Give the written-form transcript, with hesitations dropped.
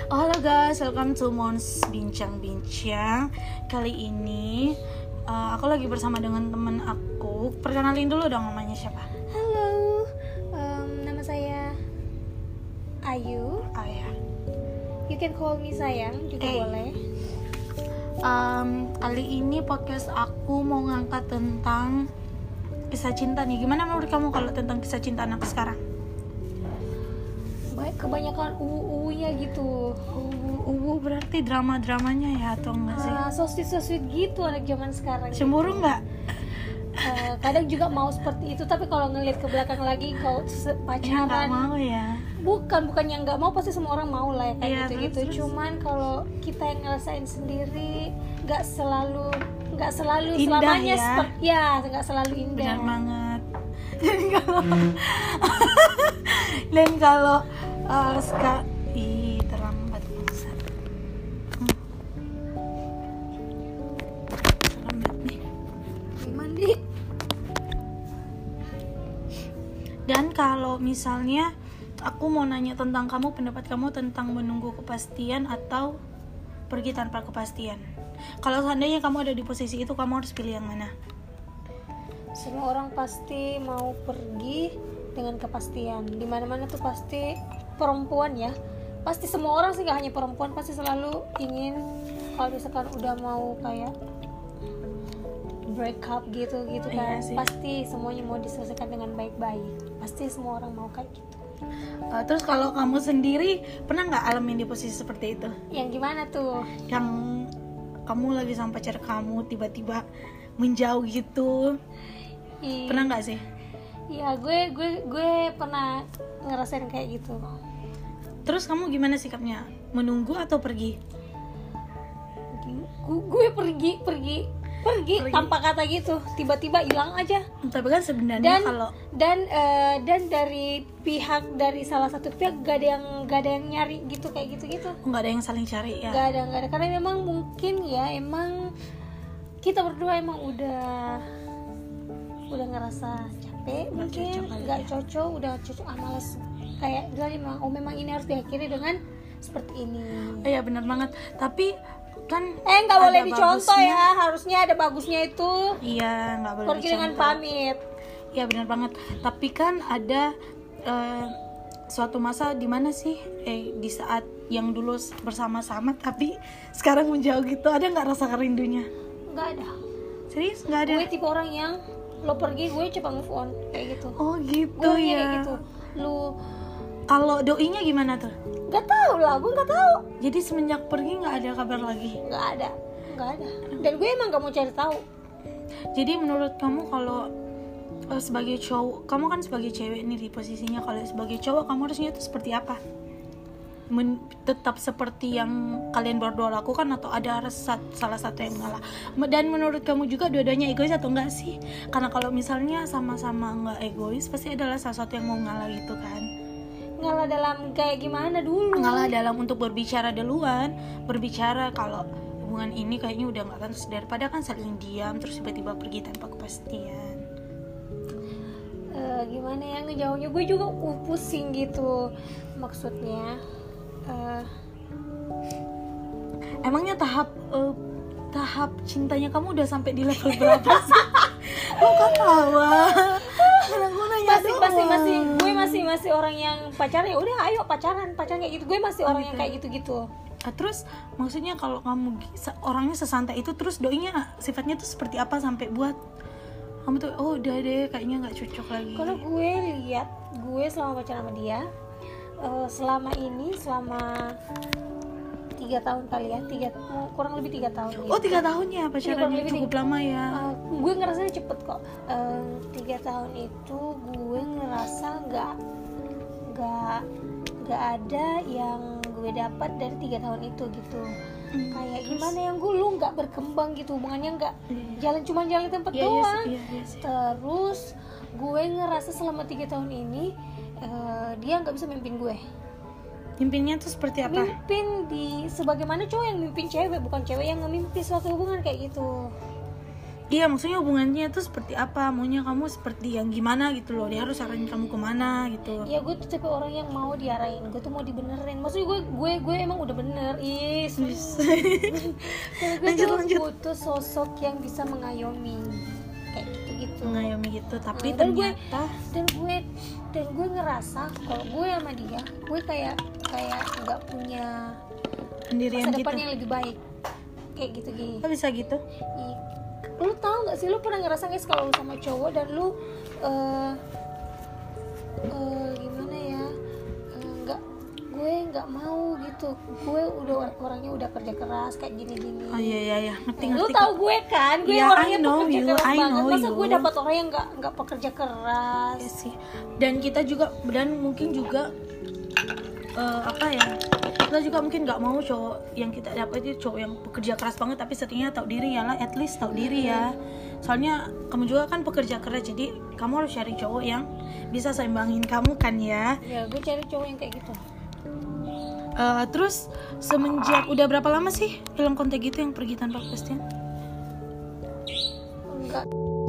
Oh, halo guys, welcome to Mons Bincang-Bincang. Kali ini aku lagi bersama dengan teman aku. Perkenalin dulu dong, namanya siapa? Halo, nama saya Ayu. Ya. You can call me sayang juga boleh. Kali ini podcast aku mau ngangkat tentang kisah cinta nih. Gimana menurut kamu kalau tentang kisah cinta anak sekarang? Baik, kebanyakan uwu-uwunya gitu. Uwu berarti drama-dramanya ya atau enggak sih? So sweet gitu anak zaman sekarang. Cemburu enggak? Kadang juga mau seperti itu, tapi kalau ngeliat ke belakang lagi kalau pacaran Nggak mau ya. bukan yang nggak mau, pasti semua orang mau lah ya kayak Iya, gitu. terus. Cuman kalau kita yang ngerasain sendiri nggak selalu Indah selamanya ya. seperti nggak selalu indah. Benar banget. Dan kalau terlambat bangsat. Terlambat nih. Mandi. Dan kalau misalnya aku mau nanya tentang kamu, pendapat kamu tentang menunggu kepastian atau pergi tanpa kepastian. Kalau seandainya kamu ada di posisi itu, kamu harus pilih yang mana? Semua orang pasti mau pergi dengan kepastian. Di mana-mana tuh pasti perempuan ya. Pasti semua orang sih, gak hanya perempuan, pasti selalu ingin kalau misalkan udah mau kayak break up gitu kan. Iya sih. Pasti semuanya mau diselesaikan dengan baik-baik. Pasti semua orang mau kayak gitu. Terus kalau kamu sendiri pernah nggak alamin di posisi seperti itu? Yang gimana tuh? Yang kamu lagi sama pacar kamu tiba-tiba menjauh gitu, pernah nggak sih? Iya, gue pernah ngerasain kayak gitu. Terus kamu gimana sikapnya? Menunggu atau pergi? Gue pergi tanpa kata gitu, tiba-tiba hilang aja. Tapi kan sebenarnya Dan dari pihak, dari salah satu pihak gak ada yang nyari gitu, kayak gitu. nggak ada yang saling cari ya? Gak ada, karena memang mungkin ya, emang kita berdua emang udah ngerasa capek, mungkin nggak cocok, udah cocok, males, kayak jadi memang ini harus diakhiri dengan seperti ini. Iya benar banget. Tapi kan Nggak boleh dicontoh bagusnya. ya, harusnya ada bagusnya itu. Iya, nggak boleh Pergi dengan dicontoh. pamit. Iya benar banget. Tapi kan ada suatu masa di mana sih di saat yang dulu bersama-sama tapi sekarang menjauh gitu, ada nggak rasa rindunya? Nggak ada. Serius nggak ada? Gue tipe orang yang lo pergi gue cepat move on kayak gitu. Oh gitu Gue ya. kayak gitu. Lu Kalau doinya gimana tuh? nggak tahu lah, gue nggak tahu. Jadi semenjak pergi nggak ada kabar lagi. Nggak ada. Dan gue emang nggak mau cari tahu. Jadi menurut kamu kalau sebagai cowok, kamu kan sebagai cewek nih di posisinya, kalau sebagai cowok kamu harusnya itu seperti apa? Tetap seperti yang kalian berdua lakukan atau ada salah satu yang ngalah? Dan menurut kamu juga dua-duanya egois atau enggak sih? Karena kalau misalnya sama-sama enggak egois, pasti adalah salah satu yang mau ngalah gitu kan. Ngalah dalam kayak gimana dulu? Ngalah dalam untuk berbicara duluan, berbicara kalau hubungan ini kayaknya udah nggak pantas, daripada kan saling diam terus tiba-tiba pergi tanpa kepastian. Gimana ya ngejauhnya, gue juga pusing gitu maksudnya. Emangnya tahap cintanya kamu udah sampai di level berapa sih? Kok ketawa? Gue nanya masih orang yang pacaran, ya udah ayo pacaran kayak gitu. Gue masih orang yang kayak gitu. Terus maksudnya kalau kamu orangnya sesantai itu, terus doinya sifatnya tuh seperti apa sampai buat kamu tuh udah deh kayaknya nggak cocok lagi? Kalau gue lihat, gue selama pacaran sama dia, selama 3 tahun kali ya, kurang lebih 3 tahun. Oh 3 tahun ya pacarannya, cukup lama ya. Gue ngerasanya cepet kok. 3 tahun itu gue ngerasa nggak ada yang gue dapat dari 3 tahun itu gitu. Kayak gimana yang lu nggak berkembang gitu, hubungannya nggak jalan tempat doang. Yes. Terus gue ngerasa selama 3 tahun ini dia nggak bisa mimpin gue. Mimpinnya tuh seperti apa? Mimpin sebagaimana cowok yang mimpin cewek, bukan cewek yang ngemimpin suatu hubungan kayak gitu. Iya, maksudnya hubungannya tuh seperti apa, maunya kamu seperti yang gimana gitu loh, dia harus arahin kamu kemana gitu. Ya gue tuh tipe orang yang mau diarahin, gue tuh mau dibenerin. Maksudnya gue emang udah bener. Gue tuh butuh sosok yang bisa mengayomi kayak gitu. Mengayomi gitu, tapi dan ternyata gue ngerasa kalau gue sama dia, gue kayak nggak punya pendirian masa depan gitu. yang lebih baik kayak gitu. Kok bisa gitu? Lu tahu nggak sih, lu pernah ngerasa nggak sih kalau lu sama cowok dan lu gimana ya, gue nggak mau gitu, gue orangnya udah kerja keras kayak gini. Oh iya ngerti. Lu tahu gue kan, gue yeah, orangnya pekerja keras banget. Masa you. gue dapat orang yang nggak pekerja keras? Iya sih. Dan kita juga, dan mungkin juga kita juga mungkin nggak mau cowok yang kita dapat itu cowok yang pekerja keras banget tapi setidaknya tahu diri ya lah, at least tahu diri ya. Soalnya kamu juga kan pekerja keras, jadi kamu harus cari cowok yang bisa seimbangin kamu kan ya. Ya, gue cari cowok yang kayak gitu. Terus semenjak udah berapa lama sih hilang kontak gitu yang pergi tanpa kepastian? Enggak.